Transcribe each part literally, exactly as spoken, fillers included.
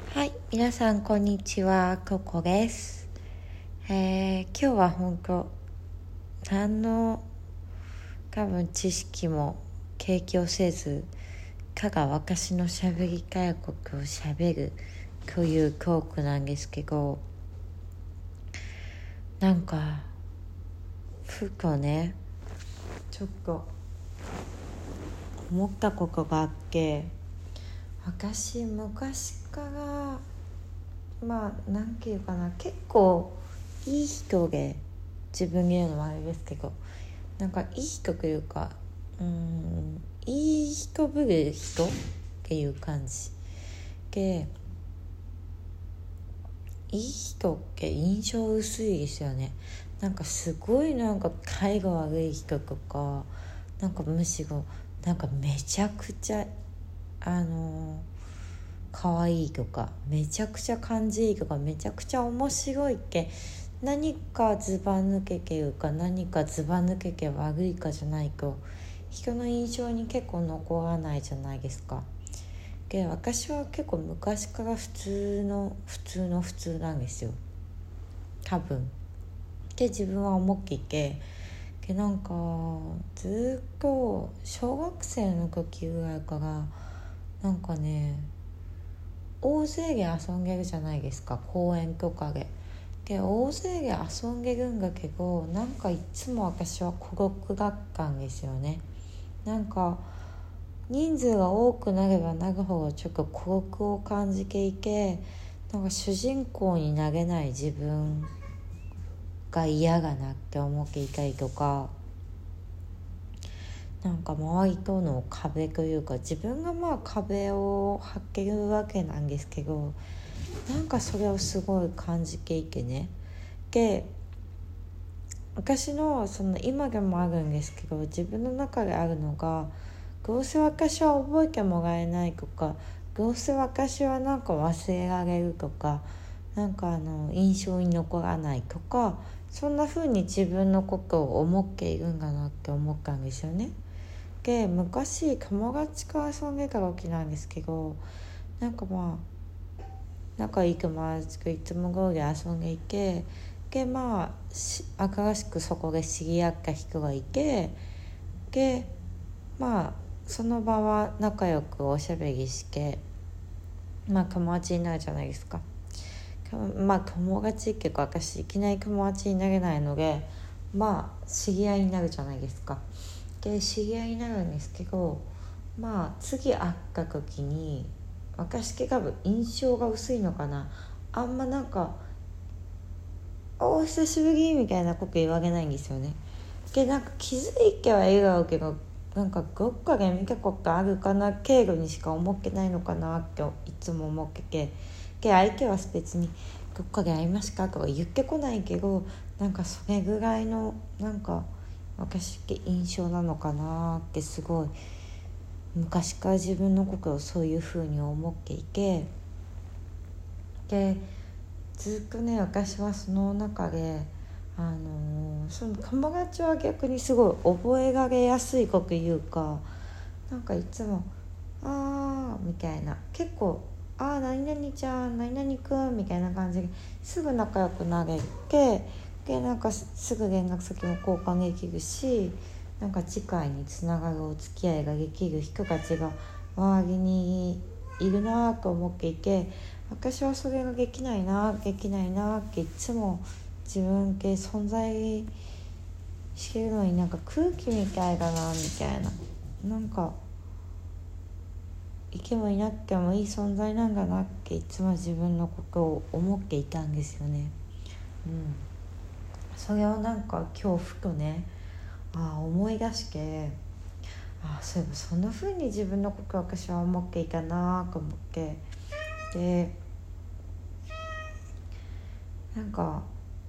はい、皆さんこんにちは、ココです。えー、今日は本当何の多分知識も提供せず、かが私のしゃべりたいことをしゃべるというトークなんですけど、なんかふとね、ちょっと思ったことがあって、私昔からまあなんていうかな、結構いい人で、自分で言うのもあれですけど、なんかいい人というか、うーんいい人ぶる人っていう感じで、いい人って印象薄いですよね。なんかすごいなんか態度悪い人とか、なんかむしろなんかめちゃくちゃあの可愛いとか、めちゃくちゃ感じいいとか、めちゃくちゃ面白いっけ、何かずば抜けていうか、何かずば抜けて悪いかじゃないと人の印象に結構残らないじゃないですか。で、私は結構昔から普通の普通の普通なんですよ、多分。で、自分は思っていて、でなんかずっと小学生の時ぐらいからなんかね、大勢で遊んでるじゃないですか、公園とかで。で大勢で遊んでるんだけど、なんかいつも私は孤独だったんですよね。なんか人数が多くなればなるほどちょっと孤独を感じていて、なんか主人公になれない自分が嫌だなって思っていたりとか、なんか周りとの壁というか、自分がまあ壁を張ってるわけなんですけど、なんかそれをすごい感じていてね。で私のその今でもあるんですけど、自分の中であるのが、どうせ私は覚えてもらえないとか、どうせ私はなんか忘れられるとか、なんかあの印象に残らないとか、そんな風に自分のことを思っているんだなって思ったんですよね。で昔友達と遊んでた時なんですけど、なんかまあ仲いい友達といつも通り遊んでいて、でまあ新しくそこで知り合った人がいて、でまあその場は仲良くおしゃべりして、まあ友達になるじゃないですか。まあ友達っていうか、私いきなり友達になれないので、まあ知り合いになるじゃないですか。で知り合いになるんですけど、まあ次会った時に私って多分印象が薄いのかな、あんまなんかお久しぶりみたいなこと言われないんですよね。でなんか気づいてはいるだろうけど、なんかどっかで見たことあるかな経路にしか思ってないのかなっていつも思ってて、で相手は別にどっかで会いますかとか言ってこないけど、なんかそれぐらいのなんか私って印象なのかなって、すごい昔から自分のことをそういう風に思っていて、でずっとね私はその中であのー、その友達は逆にすごい覚えられやすいこと言うか、なんかいつもあーみたいな、結構あー何々ちゃん何々くんみたいな感じですぐ仲良くなれて、でなんかすぐ連絡先も交換できるし、なんか次回につながるお付き合いができる人たちが周りにいるなと思っていて、私はそれができないなできないなっていつも自分系存在してるのに、なんか空気みたいだなみたいな、なんかいてもいなくてもいい存在なんだなっていつも自分のことを思っていたんですよね。うん、それをなんか今日ふとね、ああ思い出して、ああそういえばそんな風に自分のことを私は思っていたなと思って、でなんか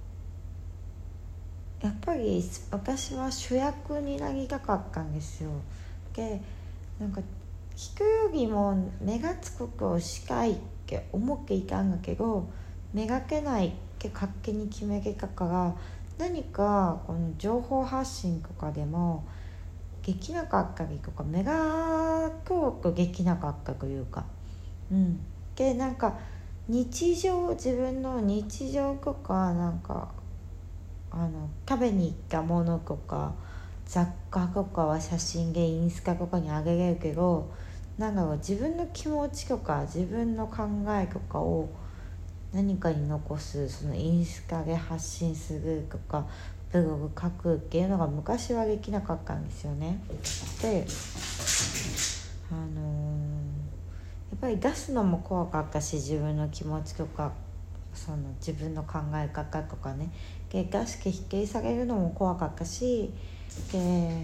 やっぱり私は主役になりたかったんですよ。でなんか人よりも目立つことをしたいって思っていたんだけど、目がけないって勝手に決めてたから、何かこの情報発信とかでもできなかったりとか、目が遠くできなかったというか、うんでなんか日常自分の日常とかなんかあの食べに行ったものとか雑貨とかは写真でインスタとかにあげれるけど、なんだろう、自分の気持ちとか自分の考えとかを何かに残す、そのインスタで発信するとかブログ書くっていうのが昔はできなかったんですよね。で、あのー、やっぱり出すのも怖かったし、自分の気持ちとかその自分の考え方とかね、で出して否定されるのも怖かったし、で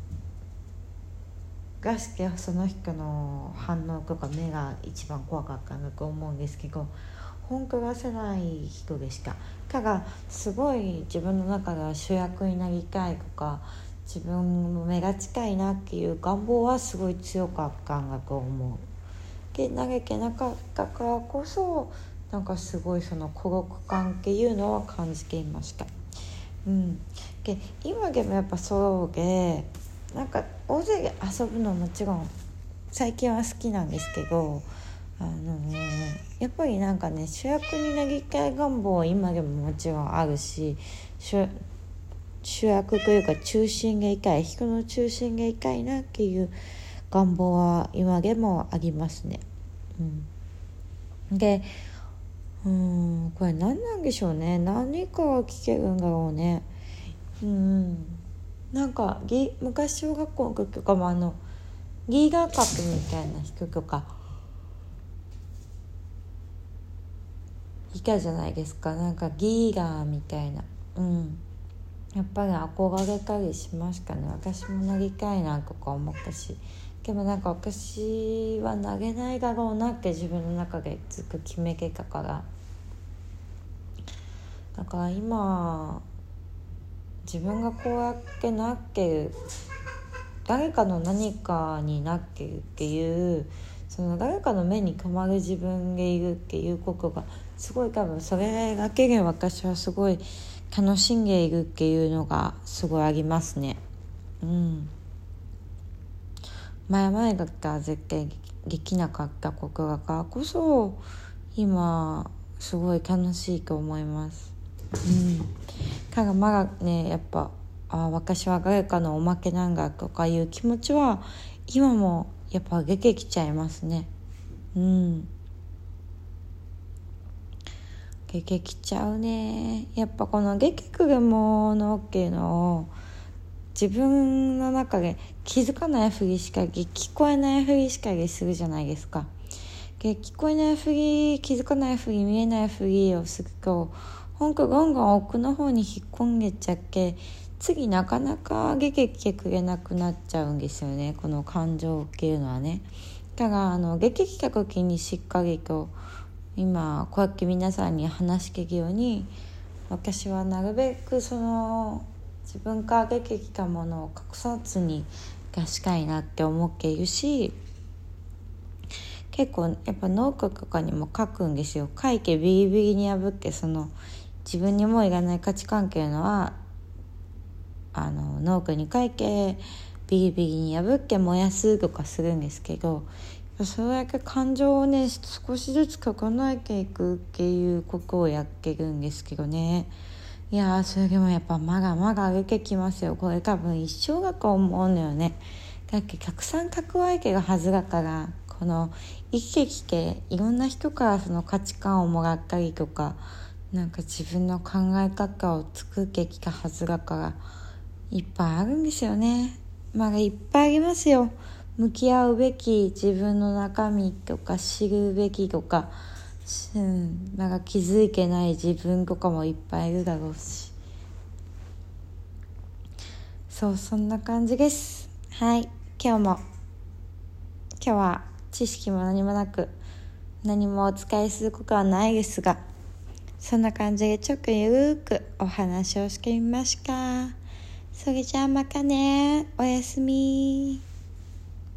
出してその人の反応とか目が一番怖かったんだと思うんですけど、本当はせない人でした。ただすごい自分の中では主役になりたいとか自分の目立ちたいなっていう願望はすごい強かったんだと思う。で投げてなかったからこそなんかすごいその孤独感っていうのは感じていました。うん、で今でもやっぱそうで、なんか大勢で遊ぶのもちろん最近は好きなんですけど、あのー、やっぱりなんかね主役になりたい願望は今でももちろんあるし、主, 主役というか中心がいたい、人の中心がいたいなっていう願望は今でもありますね。うん、でうーんこれ何なんでしょうね。何かが聞けるんだろうね。うんなんか昔小学校の時とかもあのリーダー格みたいな人とかいたじゃないですか。なんかリーダーみたいな、うんやっぱり憧れたりしましたね。私もなりたいなとか思ったし、でもなんか私は投げないだろうなって自分の中でずっと決めてたから、だから今自分がこうやってなってる、誰かの何かになってるっていう、その誰かの目に留まる自分がいるっていうことがすごい、多分それだけで私はすごい楽しんでいるっていうのがすごいありますね。うん前々だったら絶対できなかったことだからこそ今すごい楽しいと思います。うんただまだねやっぱあ私は誰かのおまけなんだとかいう気持ちは今もやっぱ出てきちゃいますね。うん出てきちゃうね。やっぱこの出てくるものっていうのを自分の中で気づかないふりしか聞こえないふりしかするじゃないですか。で聞こえないふり、気づかないふり、見えないふりをすると本当ゴンゴン奥の方に引っ込んでちゃって次なかなか出てきてくれなくなっちゃうんですよね、この感情っていうのはね。だからあの出てきた時にしっかりと今こうやって皆さんに話していくように、私はなるべくその自分から出てきたものを隠さずに出したいなって思っているし、結構やっぱノートとかにも書くんですよ。書いてビリビリに破って、その自分にもういらない価値観っていうのはあのノートに書いてビリビリに破って燃やすとかするんですけど、それだけ感情をね少しずつ書かないていくっていうことをやってるんですけどね。いやーそれでもやっぱまだまだ出てきますよ。これ多分一生だと思うのよね。だってたくさん蓄えてるはずだから、この生きてきていろんな人からその価値観をもらったりとか、なんか自分の考え方を作ってきたはずだから、いっぱいあるんですよね。まだいっぱいありますよ。向き合うべき自分の中身とか知るべきとか、うん、まだ気づいてない自分とかもいっぱいいるだろうし、そうそんな感じです。はい、今日も今日は知識も何もなく何もお伝えすることはないですが、そんな感じでちょっとゆるーくお話をしてみました。それじゃあまたね、おやすみ。